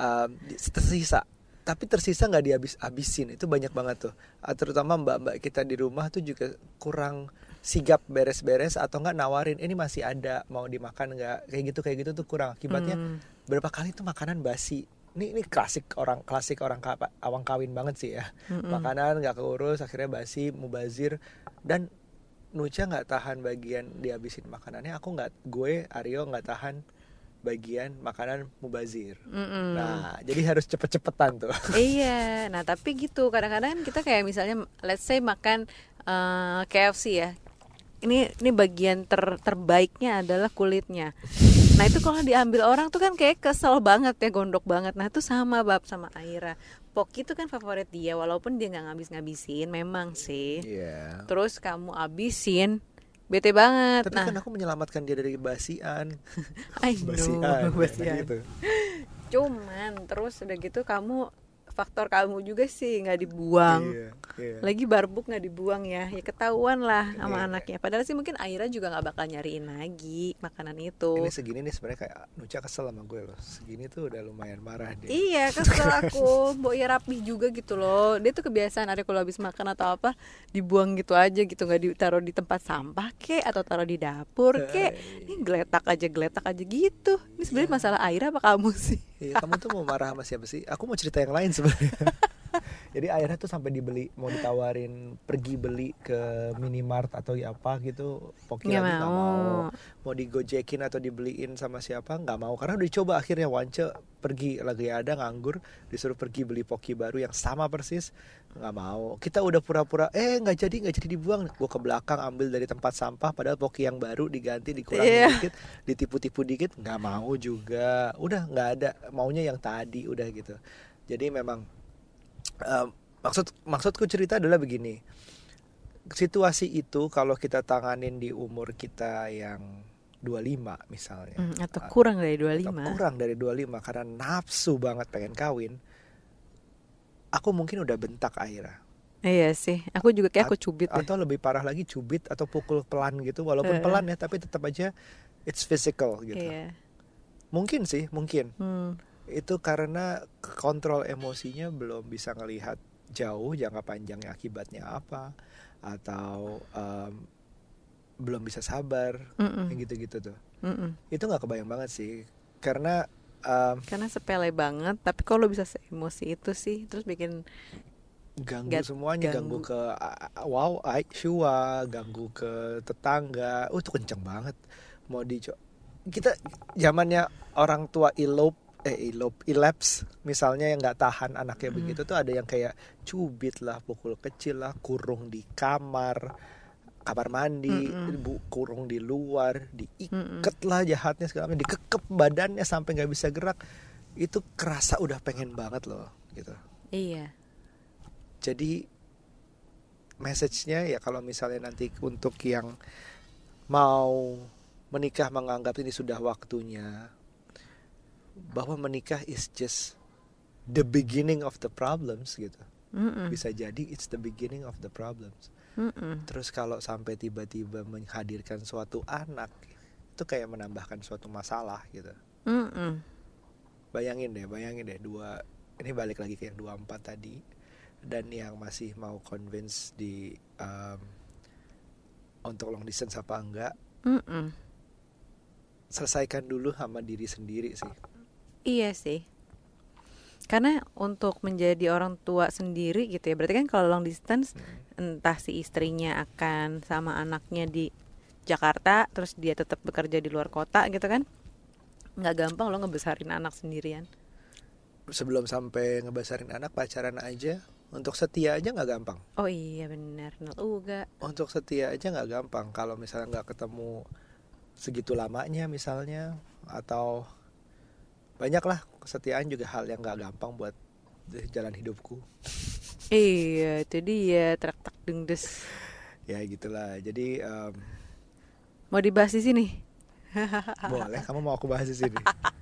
Speaker 1: tersisa. Tapi tersisa nggak dihabisin, itu banyak banget tuh. Terutama mbak-mbak kita di rumah tuh juga kurang sigap beres-beres atau nggak nawarin ini masih ada mau dimakan nggak, kayak gitu tuh kurang. Akibatnya berapa kali tuh makanan basi. Ini klasik orang awang kawin banget sih ya. Makanan nggak keurus akhirnya basi, mubazir, dan Nucha nggak tahan bagian dihabisin makanannya. Gue Aryo nggak tahan bagian makanan mubazir. Nah, jadi harus cepet-cepetan tuh.
Speaker 2: Iya, nah tapi gitu kadang-kadang kita kayak misalnya let's say makan KFC ya. Ini bagian terbaiknya adalah kulitnya. Nah itu kalau diambil orang tuh kan kayak kesel banget ya, gondok banget. Nah itu sama Bab sama Aira. Poki itu kan favorit dia, walaupun dia nggak ngabis-ngabisin memang sih.
Speaker 1: Yeah.
Speaker 2: Terus kamu abisin, bete banget.
Speaker 1: Tapi kan aku menyelamatkan dia dari basian.
Speaker 2: I know, basian.
Speaker 1: Gitu.
Speaker 2: Cuman terus udah gitu faktor kamu juga sih nggak dibuang.
Speaker 1: Iya.
Speaker 2: Lagi barbuk nggak dibuang ya ketahuan lah sama anaknya. Padahal sih mungkin Aira juga nggak bakal nyariin lagi makanan itu.
Speaker 1: Ini segini nih sebenarnya kayak Nucha kesel sama gue loh. Segini tuh udah lumayan marah dia.
Speaker 2: Iya kesel aku. Mbok ya rapih juga gitu loh. Dia tuh kebiasaan ada kalau habis makan atau apa dibuang gitu aja gitu, nggak ditaruh di tempat sampah kek atau taruh di dapur kek. Ini geletak aja gitu. Ini sebenarnya masalah Aira apa kamu sih?
Speaker 1: Iya, kamu tuh mau marah sama siapa sih? Aku mau cerita yang lain sebenarnya. Jadi akhirnya tuh sampai mau ditawarin pergi beli ke minimart atau apa gitu. Poki lagi nggak mau. Mau digojekin atau dibeliin sama siapa nggak mau. Karena udah dicoba akhirnya Wance pergi lagi ada nganggur, disuruh pergi beli poki baru yang sama persis, nggak mau. Kita udah pura-pura nggak jadi dibuang. Gue ke belakang ambil dari tempat sampah, padahal poki yang baru diganti dikurangin dikit, ditipu-tipu dikit, nggak mau juga. Udah nggak ada, maunya yang tadi udah gitu. Jadi memang maksudku cerita adalah begini. Situasi itu kalau kita tanganin di umur kita yang 25 misalnya,
Speaker 2: atau kurang dari 25.
Speaker 1: Atau kurang dari 25 karena nafsu banget pengen kawin. Aku mungkin udah bentak Aira.
Speaker 2: Iya sih, aku juga kayak aku cubit
Speaker 1: atau lebih parah lagi cubit atau pukul pelan gitu, walaupun pelan ya tapi tetap aja it's physical gitu. Mungkin itu karena kontrol emosinya belum bisa ngelihat jauh jangka panjangnya akibatnya apa, atau belum bisa sabar, yang gitu-gitu tuh. Itu nggak kebayang banget sih, karena
Speaker 2: sepele banget, tapi kalau bisa emosi itu sih, terus bikin
Speaker 1: ganggu semuanya, ganggu ke Shua, ganggu ke tetangga, itu kenceng banget. Mau kita zamannya orang tua ilaps misalnya yang nggak tahan anaknya begitu tuh ada yang kayak cubit lah, pukul kecil lah, kurung di kamar mandi, kurung di luar, diikat lah jahatnya segala macam, dikekep badannya sampai nggak bisa gerak. Itu kerasa udah pengen banget loh gitu.
Speaker 2: Iya.
Speaker 1: Jadi message-nya ya kalau misalnya nanti untuk yang mau menikah menganggap ini sudah waktunya, bahwa menikah is just the beginning of the problems gitu. Bisa jadi it's the beginning of the problems. Terus kalau sampai tiba-tiba menghadirkan suatu anak, itu kayak menambahkan suatu masalah gitu. Bayangin deh ini balik lagi ke yang 24 tadi, dan yang masih mau convince di untuk long distance apa enggak. Selesaikan dulu sama diri sendiri sih.
Speaker 2: Iya sih. Karena untuk menjadi orang tua sendiri gitu ya, berarti kan kalau long distance entah si istrinya akan sama anaknya di Jakarta, terus dia tetap bekerja di luar kota gitu kan. Nggak gampang lo ngebesarin anak sendirian.
Speaker 1: Sebelum sampai ngebesarin anak, pacaran aja. Untuk setia aja nggak gampang.
Speaker 2: Oh iya benar, uga.
Speaker 1: Untuk setia aja nggak gampang. Kalau misalnya nggak ketemu segitu lamanya misalnya, atau banyak lah, kesetiaan juga hal yang nggak gampang buat jalan hidupku.
Speaker 2: Iya, itu dia trak tak dengdes.
Speaker 1: Ya gitulah. Jadi
Speaker 2: Mau dibahas di sini?
Speaker 1: boleh. Kamu mau aku bahas di sini?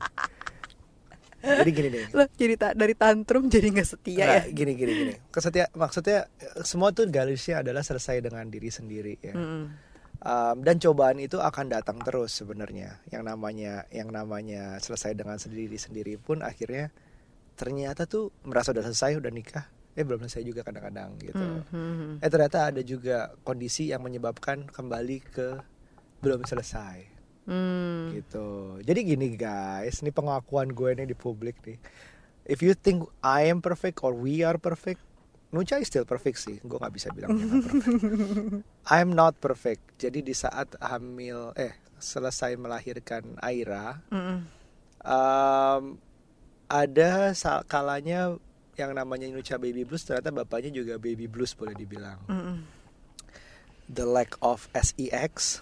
Speaker 1: Jadi gini deh.
Speaker 2: Lo jadi dari tantrum jadi nggak setia ya?
Speaker 1: Gini. Kesetia maksudnya semua tuh garisnya adalah selesai dengan diri sendiri ya. Dan cobaan itu akan datang terus sebenarnya. Yang namanya selesai dengan diri sendiri pun akhirnya ternyata tuh merasa udah selesai, udah nikah, belum selesai juga kadang-kadang gitu. Ternyata ada juga kondisi yang menyebabkan kembali ke belum selesai. Gitu. Jadi gini guys, ini pengakuan gue nih di publik nih. If you think I am perfect or we are perfect, Nucha is still perfect sih. Gue nggak bisa bilang dia nggak perfect. I'm not perfect. Jadi di saat selesai melahirkan Aira, ada kalanya yang namanya Nucha baby blues. Ternyata bapaknya juga baby blues boleh dibilang. The lack of sex.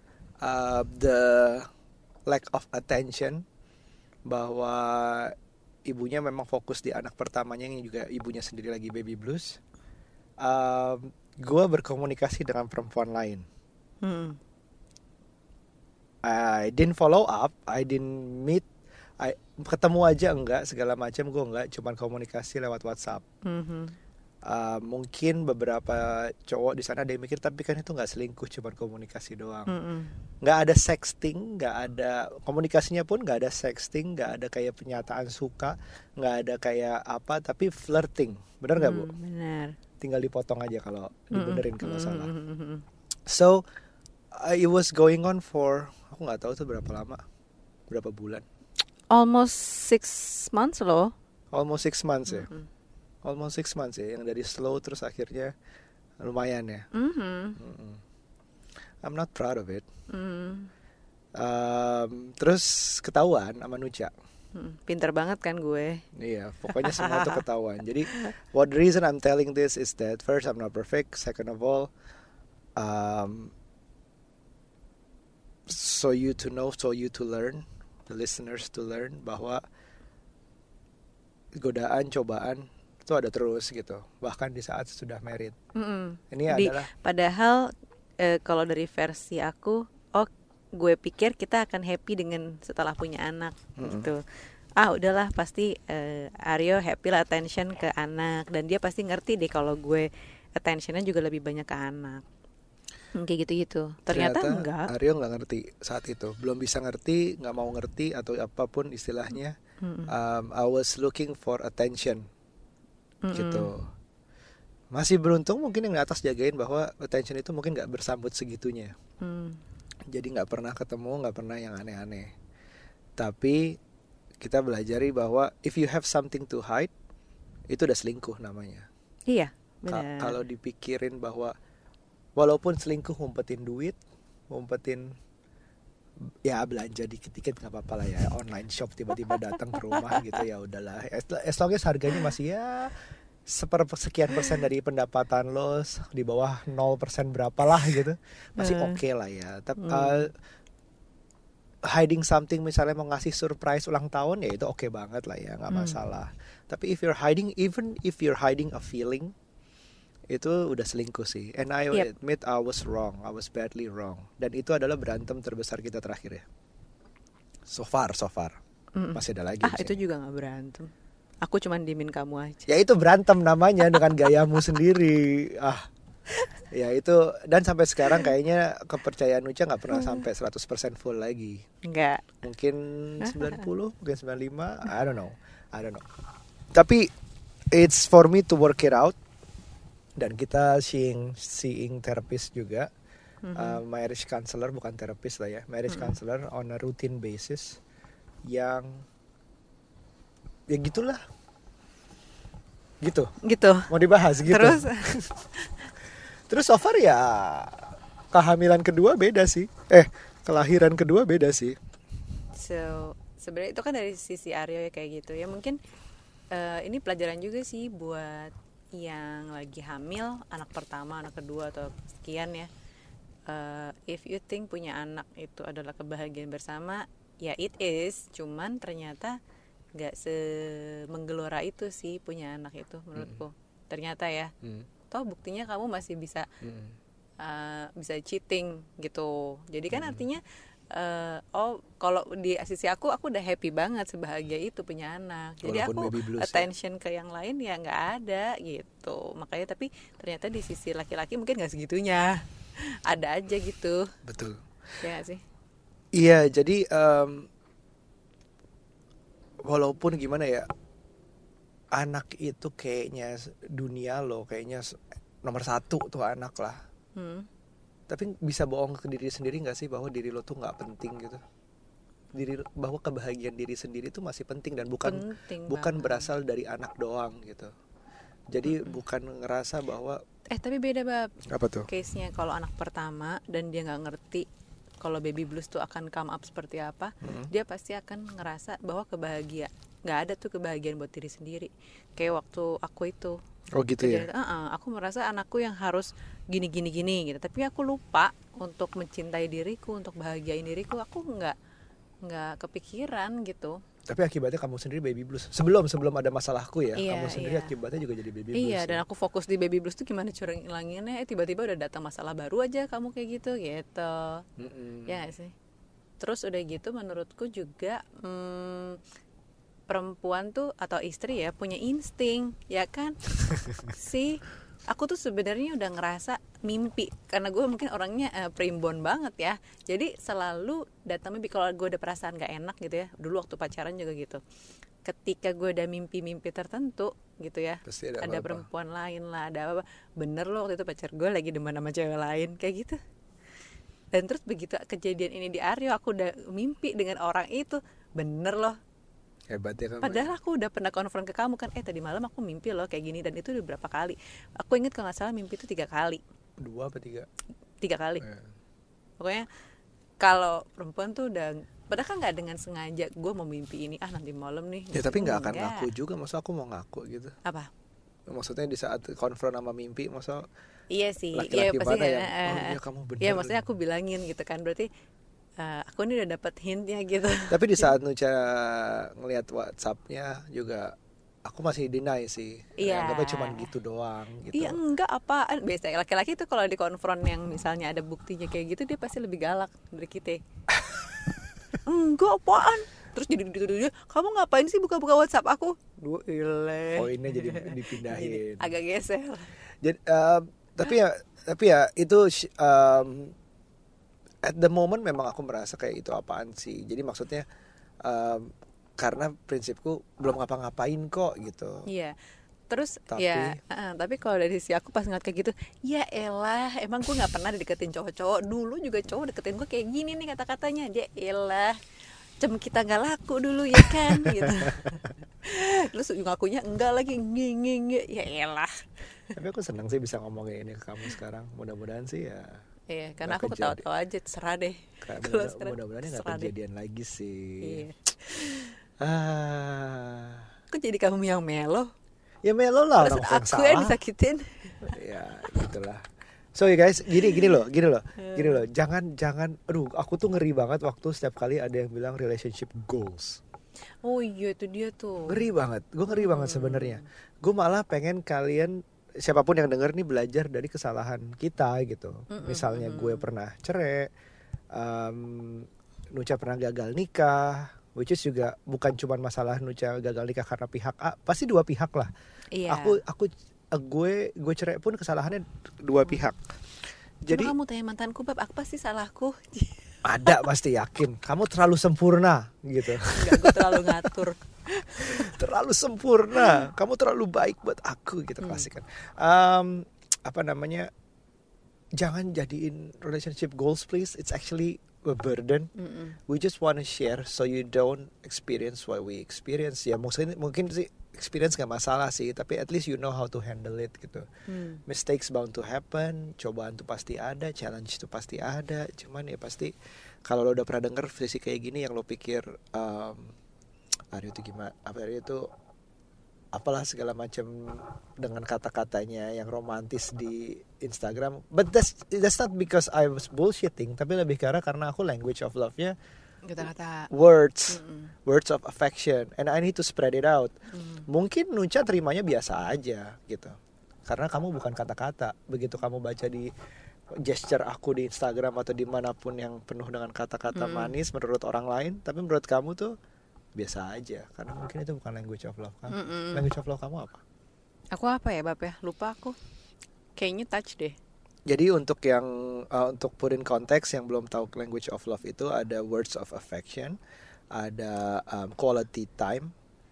Speaker 1: The lack of attention, bahwa ibunya memang fokus di anak pertamanya yang juga ibunya sendiri lagi baby blues. Gue berkomunikasi dengan perempuan lain. I didn't follow up, I didn't meet, ketemu aja enggak, segala macam gue enggak, cuman komunikasi lewat WhatsApp. Mungkin beberapa cowok di sana ada yang mikir tapi kan itu nggak selingkuh, cuma komunikasi doang. Nggak ada sexting, nggak ada komunikasinya pun, nggak ada sexting, nggak ada kayak pernyataan suka, nggak ada kayak apa, tapi flirting. Benar nggak Bu?
Speaker 2: Benar.
Speaker 1: Tinggal dipotong aja kalau dibenerin kalau salah. So it was going on for, aku nggak tahu tuh berapa lama, berapa bulan.
Speaker 2: Almost 6 months loh.
Speaker 1: Almost 6 months ya. Almost 6 months ya, yang dari slow terus akhirnya lumayan ya. I'm not proud of it. Terus ketahuan sama Nucha.
Speaker 2: Pinter banget kan gue.
Speaker 1: Iya, pokoknya semua tuh ketahuan. Jadi what the reason I'm telling this is that first I'm not perfect, second of all so you to know, so you to learn, the listeners to learn, bahwa godaan, cobaan itu ada terus gitu, bahkan di saat sudah married. Ini
Speaker 2: jadi,
Speaker 1: adalah
Speaker 2: padahal kalau dari versi aku, gue pikir kita akan happy dengan setelah punya anak gitu. Udahlah pasti Aryo happy lah, attention ke anak, dan dia pasti ngerti deh kalau gue attentionnya juga lebih banyak ke anak. Kayak gitu-gitu. Ternyata enggak.
Speaker 1: Aryo nggak ngerti saat itu, belum bisa ngerti, nggak mau ngerti atau apapun istilahnya. I was looking for attention. Gitu. Masih beruntung mungkin yang di atas jagain bahwa attention itu mungkin nggak bersambut segitunya. Jadi nggak pernah ketemu, nggak pernah yang aneh-aneh. Tapi kita belajari bahwa if you have something to hide, itu udah selingkuh namanya.
Speaker 2: Iya, benar.
Speaker 1: Kalau dipikirin bahwa walaupun selingkuh ngumpetin duit, ngumpetin ya belanja dikit-dikit nggak apa-apa lah ya, online shop tiba-tiba datang ke rumah gitu, ya udahlah, as long as harganya masih ya sekian persen dari pendapatan lo, di bawah 0% berapa lah gitu, masih oke lah ya. Tapi hiding something, misalnya mau ngasih surprise ulang tahun, ya itu oke banget lah ya, nggak masalah. Tapi if you're hiding, even if you're hiding a feeling, itu udah selingkuh sih. And I admit I was wrong, I was badly wrong. Dan itu adalah berantem terbesar kita terakhir ya. So far. Masih ada lagi.
Speaker 2: Itu juga gak berantem. Aku cuman diemin kamu aja.
Speaker 1: Ya itu berantem namanya dengan gayamu sendiri. Ya itu, dan sampai sekarang kayaknya kepercayaan Nucha gak pernah sampai 100% full lagi.
Speaker 2: Enggak.
Speaker 1: Mungkin 90, mungkin 95, I don't know. Tapi it's for me to work it out. Dan kita seeing therapist juga, marriage counselor, bukan therapist lah ya, marriage counselor on a routine basis, yang ya gitulah, gitu. Mau dibahas gitu. Terus so far ya kehamilan kedua beda sih, kelahiran kedua beda sih.
Speaker 2: So sebenarnya itu kan dari sisi Aryo ya kayak gitu ya. Mungkin ini pelajaran juga sih buat yang lagi hamil, anak pertama, anak kedua atau sekian ya. If you think punya anak itu adalah kebahagiaan bersama, ya it is. Cuman ternyata nggak semenggelora itu sih punya anak itu menurutku. Ternyata ya. Toh buktinya kamu masih bisa bisa cheating gitu. Jadi kan artinya kalau di sisi aku udah happy banget sebahagia itu punya anak. Jadi
Speaker 1: Walaupun
Speaker 2: aku
Speaker 1: baby blues,
Speaker 2: attention ke yang lain ya nggak ada gitu. Makanya tapi ternyata di sisi laki-laki mungkin nggak segitunya. Ada aja gitu.
Speaker 1: Betul.
Speaker 2: Ya nggak sih?
Speaker 1: Iya, jadi walaupun gimana ya, anak itu kayaknya dunia lo, kayaknya nomor satu tuh anak lah. Tapi bisa bohong ke diri sendiri nggak sih bahwa diri lo tuh nggak penting gitu? Bahwa kebahagiaan diri sendiri itu masih penting dan bukan berasal dari anak doang gitu. Jadi bukan ngerasa bahwa
Speaker 2: tapi beda Bab.
Speaker 1: Apa tuh?
Speaker 2: Case-nya kalau anak pertama dan dia nggak ngerti kalau baby blues tuh akan come up seperti apa, dia pasti akan ngerasa bahwa nggak ada tuh kebahagiaan buat diri sendiri. Kayak waktu aku itu.
Speaker 1: Oh gitu ya.
Speaker 2: Aku merasa anakku yang harus gini gitu. Tapi aku lupa untuk mencintai diriku, untuk bahagiain diriku. Aku nggak kepikiran gitu.
Speaker 1: Tapi akibatnya kamu sendiri baby blues. Sebelum ada masalahku ya,
Speaker 2: Iya,
Speaker 1: kamu sendiri akibatnya juga jadi baby blues.
Speaker 2: Iya, dan aku fokus di baby blues tuh gimana cara ngilanginnya. Tiba-tiba udah datang masalah baru aja kamu kayak gitu. Ya gak sih. Terus udah gitu menurutku juga perempuan tuh atau istri ya punya insting, ya kan? Aku tuh sebenarnya udah ngerasa mimpi karena gue mungkin orangnya primbon banget ya. Jadi selalu datang mimpi kalau gue ada perasaan gak enak gitu ya. Dulu waktu pacaran juga gitu. Ketika gue ada mimpi-mimpi tertentu gitu ya.
Speaker 1: Pasti ada
Speaker 2: perempuan lain lah, ada apa. Bener loh waktu itu pacar gue lagi demen sama cewek lain kayak gitu. Dan terus begitu kejadian ini di Aryo, aku udah mimpi dengan orang itu. Bener loh.
Speaker 1: Hebat ya kamu.
Speaker 2: Padahal aku udah pernah konfront ke kamu kan, tadi malam aku mimpi loh kayak gini, dan itu udah berapa kali. Aku inget kalau nggak salah mimpi itu 3 kali.
Speaker 1: 2 apa 3?
Speaker 2: 3 kali. Pokoknya kalau perempuan tuh udah, padahal kan nggak dengan sengaja gue mau mimpi ini nanti malam nih.
Speaker 1: Ya tapi nggak akan ngaku juga, masa aku mau ngaku gitu.
Speaker 2: Apa?
Speaker 1: Maksudnya di saat konfront sama mimpi, masa
Speaker 2: iya sih,
Speaker 1: laki-laki
Speaker 2: pasti
Speaker 1: mana yang ya kamu bener.
Speaker 2: Ya maksudnya aku bilangin gitu kan, berarti aku ini udah dapet hintnya gitu.
Speaker 1: Tapi di saat Nucha ngelihat WhatsAppnya juga aku masih deny sih. Anggapnya cuma gitu doang gitu.
Speaker 2: Iya enggak apaan. Biasanya laki-laki tuh kalau dikonfront yang misalnya ada buktinya kayak gitu, dia pasti lebih galak dari kita. Enggak apaan. Terus jadi kamu ngapain sih buka-buka WhatsApp aku?
Speaker 1: Poinnya jadi dipindahin.
Speaker 2: Agak geser.
Speaker 1: Jadi, tapi ya itu at the moment memang aku merasa kayak itu apaan sih. Jadi maksudnya karena prinsipku belum ngapa-ngapain kok gitu.
Speaker 2: Iya. Terus tapi kalau dari sisi aku pas ngeliat kayak gitu, ya elah, emang gue nggak pernah deketin cowok-cowok. Dulu juga cowok deketin gue kayak gini nih kata-katanya, dia elah, kita nggak laku dulu ya kan gitu. Terus ngakunya enggak lagi, ya elah.
Speaker 1: Tapi aku senang sih bisa ngomongin ini ke kamu sekarang. Mudah-mudahan sih ya.
Speaker 2: Iya, karena aku ketawa-tawa aja, terserah deh.
Speaker 1: Mudah-mudahan nggak kejadian lagi sih.
Speaker 2: Iya.
Speaker 1: Kok
Speaker 2: jadi kamu yang melo?
Speaker 1: Ya melo lah, orang yang salah.
Speaker 2: Aku yang disakitin.
Speaker 1: Ya gitulah. So ya guys, gini loh. Jangan, aduh, aku tuh ngeri banget waktu setiap kali ada yang bilang relationship goals.
Speaker 2: Oh iya, itu dia tuh.
Speaker 1: Ngeri banget, gue ngeri banget sebenarnya. Gue malah pengen kalian, siapapun yang denger nih, belajar dari kesalahan kita gitu. Misalnya gue pernah cerai, Nucha pernah gagal nikah, which is juga bukan cuma masalah Nucha gagal nikah karena pihak A, pasti dua pihak lah.
Speaker 2: Iya.
Speaker 1: Gue cerai pun kesalahannya dua pihak. Jadi
Speaker 2: kamu tanya mantanku, Bab, apa sih salahku?
Speaker 1: Ada pasti, yakin. Kamu terlalu sempurna gitu.
Speaker 2: Enggak, gue terlalu ngatur.
Speaker 1: Terlalu sempurna. Kamu terlalu baik buat aku gitu pasti kan. Jangan jadiin relationship goals please. It's actually a burden. We just want to share so you don't experience what we experience. Ya mungkin sih experience nggak masalah sih, tapi at least you know how to handle it gitu. Mistakes bound to happen, cobaan tuh pasti ada, challenge tuh pasti ada. Cuman ya pasti kalau lo udah pernah denger sesi kayak gini yang lo pikir Aryo itu gimana, Aryo itu apalah segala macam dengan kata-katanya yang romantis di Instagram. But that's not because I was bullshitting, tapi lebih karena aku language of love-nya
Speaker 2: kata-kata
Speaker 1: words of affection, and I need to spread it out. Mungkin Nucha terimanya biasa aja gitu, karena kamu bukan kata-kata. Begitu kamu baca di gesture aku di Instagram atau dimanapun yang penuh dengan kata-kata manis menurut orang lain, tapi menurut kamu tuh biasa aja, karena mungkin itu bukan language of love kamu. Language of love kamu apa?
Speaker 2: Aku apa ya Bab ya, lupa aku. Kayaknya touch deh.
Speaker 1: Jadi untuk yang untuk put in konteks yang belum tahu language of love itu ada words of affection, ada quality time,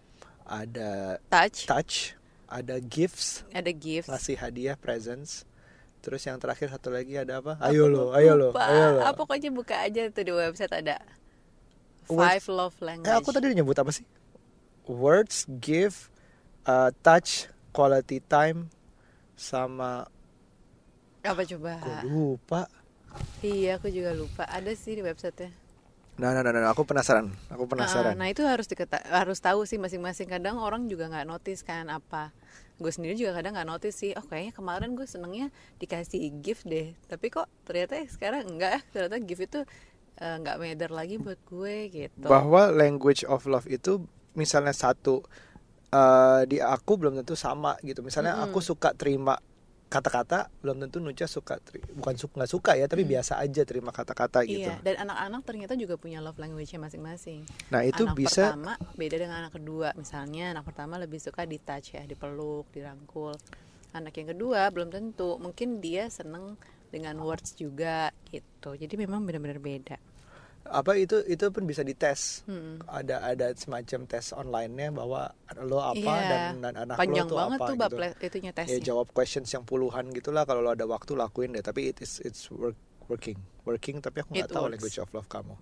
Speaker 1: ada touch, ada gifts, ngasih hadiah, presents. Terus yang terakhir satu lagi ada apa? Ayo lo.
Speaker 2: Pokoknya buka aja tuh di website ada 5 love language.
Speaker 1: Aku tadi nyebut apa sih? Words, gift, touch, quality time, sama
Speaker 2: apa coba?
Speaker 1: Aku lupa.
Speaker 2: Iya, aku juga lupa. Ada sih di website-nya.
Speaker 1: Nah, aku penasaran.
Speaker 2: Nah, itu harus tahu sih masing-masing. Kadang orang juga nggak notice kan apa. Gue sendiri juga kadang nggak notice sih. Oh, kayaknya kemarin gue senengnya dikasih gift deh. Tapi kok ternyata sekarang enggak. Ternyata gift itu nggak matter lagi buat gue gitu.
Speaker 1: Bahwa language of love itu misalnya satu di aku belum tentu sama gitu. Misalnya aku suka terima kata-kata, belum tentu Nucha nggak suka ya, tapi biasa aja terima kata-kata gitu.
Speaker 2: Iya, dan anak-anak ternyata juga punya love language-nya masing-masing.
Speaker 1: Nah itu
Speaker 2: anak
Speaker 1: bisa.
Speaker 2: Pertama beda dengan anak kedua. Misalnya anak pertama lebih suka di touch ya, dipeluk, dirangkul. Anak yang kedua belum tentu, mungkin dia seneng dengan words juga gitu. Jadi memang benar-benar beda.
Speaker 1: Apa itu pun bisa dites. Ada semacam tes online-nya bahwa lo apa dan anak
Speaker 2: panjang
Speaker 1: lo tuh
Speaker 2: banget
Speaker 1: apa
Speaker 2: tuh
Speaker 1: gitu.
Speaker 2: Itunya tesnya.
Speaker 1: Ya jawab questions yang puluhan gitulah, kalau lo ada waktu lakuin deh. Tapi it's working, tapi aku nggak tahu language of love kamu.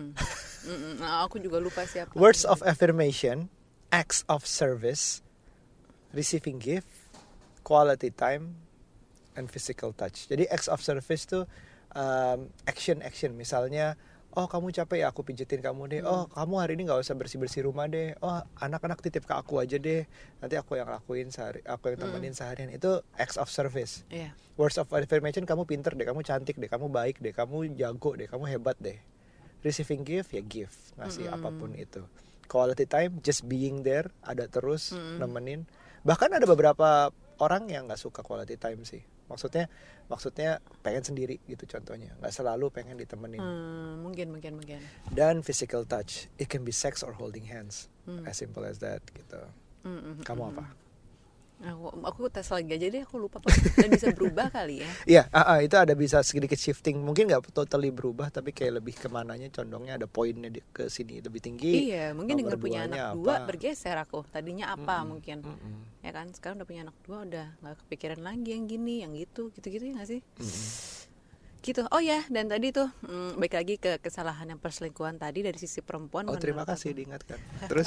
Speaker 2: Nah, aku juga lupa siapa.
Speaker 1: Words of affirmation, acts of service, receiving gift, quality time, and physical touch. Jadi acts of service tuh action. Misalnya, oh kamu capek ya, aku pijetin kamu deh. Oh kamu hari ini nggak usah bersih rumah deh. Oh anak-anak titip ke aku aja deh. Nanti aku yang lakuin aku yang temenin seharian. Itu acts of service. Words of affirmation, kamu pinter deh, kamu cantik deh, kamu baik deh, kamu jago deh, kamu hebat deh. Receiving gift ya gift, ngasih apapun itu. Quality time, just being there, ada terus nemenin. Bahkan ada beberapa orang yang nggak suka quality time sih. Maksudnya pengen sendiri gitu contohnya, nggak selalu pengen ditemenin.
Speaker 2: Mungkin.
Speaker 1: Dan physical touch, it can be sex or holding hands, as simple as that gitu. Kamu apa?
Speaker 2: Aku tes lagi aja deh, aku lupa. Dan bisa berubah kali ya?
Speaker 1: Iya, itu ada bisa sedikit shifting, mungkin nggak totally berubah, tapi kayak lebih kemananya condongnya ada poinnya ke sini lebih tinggi.
Speaker 2: Iya, mungkin dengan punya anak dua bergeser aku. Tadinya apa mungkin, ya kan? Sekarang udah punya anak dua, udah nggak kepikiran lagi yang gini, yang gitu ya nggak sih? Gitu. Oh ya, dan tadi tuh balik lagi ke kesalahan yang perselingkuhan tadi dari sisi perempuan.
Speaker 1: Oh terima kasih diingatkan. Terus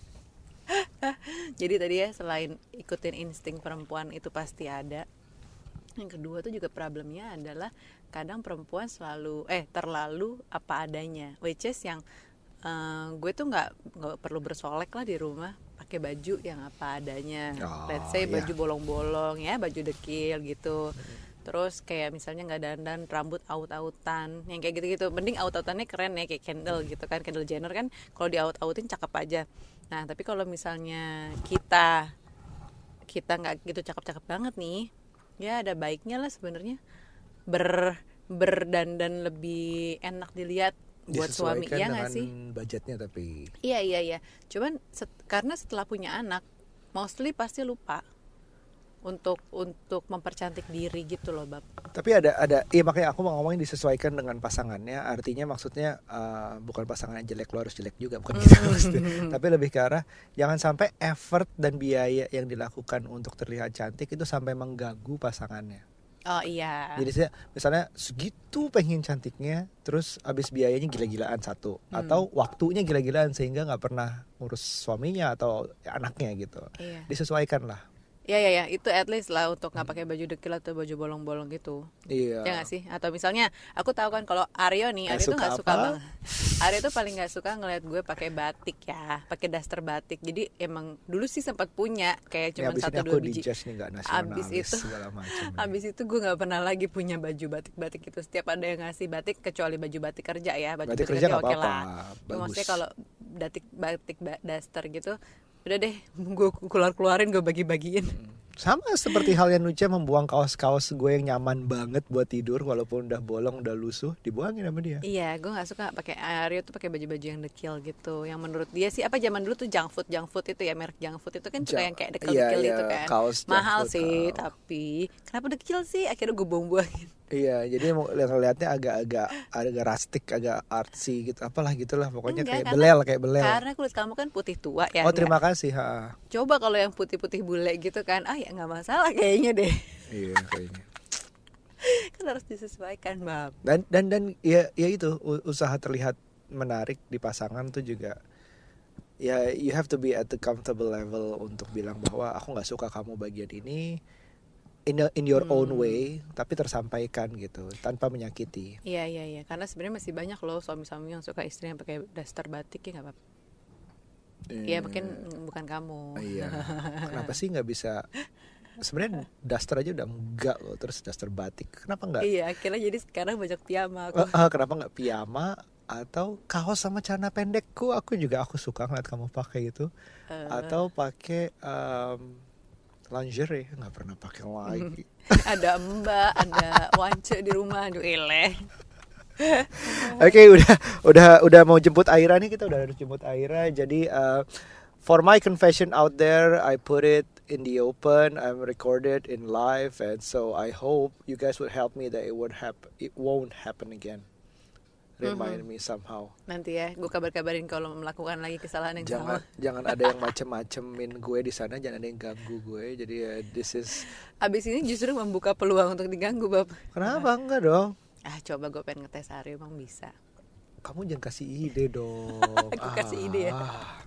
Speaker 2: jadi tadi ya, selain ikutin insting perempuan itu pasti ada, yang kedua tuh juga problemnya adalah kadang perempuan terlalu apa adanya, which is yang gue tuh nggak perlu bersolek lah di rumah, pakai baju yang apa adanya. Let's say baju bolong-bolong ya, baju dekil gitu. Terus kayak misalnya nggak dandan, rambut aut-autan, yang kayak gitu-gitu. Mending aut-autannya keren ya, kayak Kendall gitu kan. Kendall Jenner kan kalau di aut-autin cakep aja. Nah tapi kalau misalnya kita nggak gitu cakep-cakep banget nih, ya ada baiknya lah sebenarnya berdandan lebih enak dilihat buat suami, ya nggak sih?
Speaker 1: Budgetnya tapi.
Speaker 2: Iya. Cuman karena setelah punya anak, mostly pasti lupa untuk mempercantik diri gitu loh, Bab.
Speaker 1: Tapi ada iya, makanya aku mau ngomongin disesuaikan dengan pasangannya. Artinya maksudnya bukan pasangannya jelek lo harus jelek juga, bukan gitu maksudnya. Tapi lebih ke arah jangan sampai effort dan biaya yang dilakukan untuk terlihat cantik itu sampai mengganggu pasangannya.
Speaker 2: Oh iya.
Speaker 1: Jadi saya misalnya segitu pengen cantiknya, terus abis biayanya gila-gilaan satu, atau waktunya gila-gilaan sehingga nggak pernah ngurus suaminya atau anaknya gitu.
Speaker 2: Iya.
Speaker 1: Disesuaikan lah.
Speaker 2: Ya, itu at least lah untuk nggak pakai baju dekil atau baju bolong-bolong gitu.
Speaker 1: Iya.
Speaker 2: Ya nggak sih? Atau misalnya aku tahu kan kalau Aryo nih, Aryo tuh nggak suka banget. Aryo tuh paling nggak suka ngeliat gue pakai batik ya, pakai daster batik. Jadi emang dulu sih sempat punya kayak cuma 1-2 biji. Abis itu gue nggak pernah lagi punya baju batik-batik itu. Setiap ada yang ngasih batik, kecuali baju batik kerja ya, baju batik kerja oke lah. Maksudnya kalau batik daster gitu, udah deh, gue keluarin, gue bagi-bagiin.
Speaker 1: Sama seperti halnya Nucha membuang kaos-kaos gue yang nyaman banget buat tidur, walaupun udah bolong, udah lusuh, dibuangin sama dia.
Speaker 2: Iya, gue nggak suka pakai Aryo tuh pakai baju-baju yang dekil gitu, yang menurut dia sih apa zaman dulu tuh junk food itu ya, merek junk food itu kan suka yang kayak dekil-dekil itu kan, mahal sih, tapi kenapa dekil sih? Akhirnya gue buang-buangin.
Speaker 1: Iya, jadi lihatnya agak rustic, agak artsy gitu, apalah gitulah pokoknya. Enggak, kayak belel.
Speaker 2: Karena kulit kamu kan putih tua ya.
Speaker 1: Oh, terima kasih.
Speaker 2: Coba kalau yang putih-putih bule gitu kan, ya nggak masalah kayaknya deh.
Speaker 1: Iya, kayaknya.
Speaker 2: Kan harus disesuaikan, Bab.
Speaker 1: Dan ya itu usaha terlihat menarik di pasangan tuh juga. Ya, you have to be at the comfortable level untuk bilang bahwa aku nggak suka kamu bagian ini. In your own way, tapi tersampaikan gitu tanpa menyakiti.
Speaker 2: Iya, karena sebenarnya masih banyak loh suami-suami yang suka istrinya pakai daster batik, ya nggak apa-apa. Iya, mungkin bukan kamu.
Speaker 1: Iya. Kenapa sih nggak bisa? Sebenarnya daster aja udah enggak loh, terus daster batik. Kenapa enggak?
Speaker 2: Iya, akhirnya jadi sekarang banyak piyama.
Speaker 1: Kenapa nggak piyama atau kaos sama celana pendekku? Aku suka ngeliat kamu pakai itu. Atau pakai lingerie, nggak pernah pakai lagi.
Speaker 2: Ada Mbak, ada Wance di rumah, aduh eleh.
Speaker 1: Oke, udah mau jemput Aira nih, kita udah harus jemput Aira. Jadi for my confession out there, I put it in the open, I'm recorded in live, and so I hope you guys would help me that it won't happen again. Remind me somehow.
Speaker 2: Nanti ya, gue kabar-kabarin kalau melakukan lagi kesalahan yang sama.
Speaker 1: Jangan ada yang macem-macemin gue di sana, jangan ada yang ganggu gue. Jadi this is.
Speaker 2: Abis ini justru membuka peluang untuk diganggu, Bab.
Speaker 1: Kenapa enggak dong?
Speaker 2: Coba gue pengen ngetes Aryo, emang bisa.
Speaker 1: Kamu jangan kasih ide dong.
Speaker 2: Aku kasih ide ya.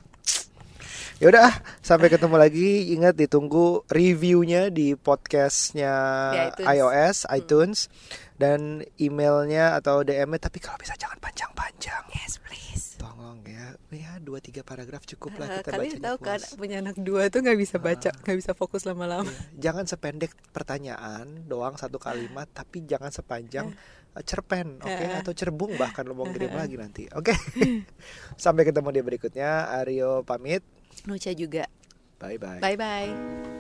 Speaker 1: Ya udah, sampai ketemu lagi. Ingat ditunggu reviewnya di podcastnya iOS, iTunes, dan emailnya atau DM-nya. Tapi kalau bisa jangan panjang-panjang.
Speaker 2: Yes, please.
Speaker 1: Tolong ya 2-3 paragraf cukup lah kita
Speaker 2: kalian
Speaker 1: bacanya.
Speaker 2: Tahu kan, punya anak 2 tuh nggak bisa baca, nggak bisa fokus lama-lama.
Speaker 1: Jangan sependek pertanyaan doang satu kalimat, tapi jangan sepanjang cerpen, oke? Atau cerbung bahkan lo mau kirim lagi nanti, oke? Sampai ketemu di berikutnya. Aryo pamit.
Speaker 2: Nucha juga.
Speaker 1: Bye-bye.
Speaker 2: Bye-bye.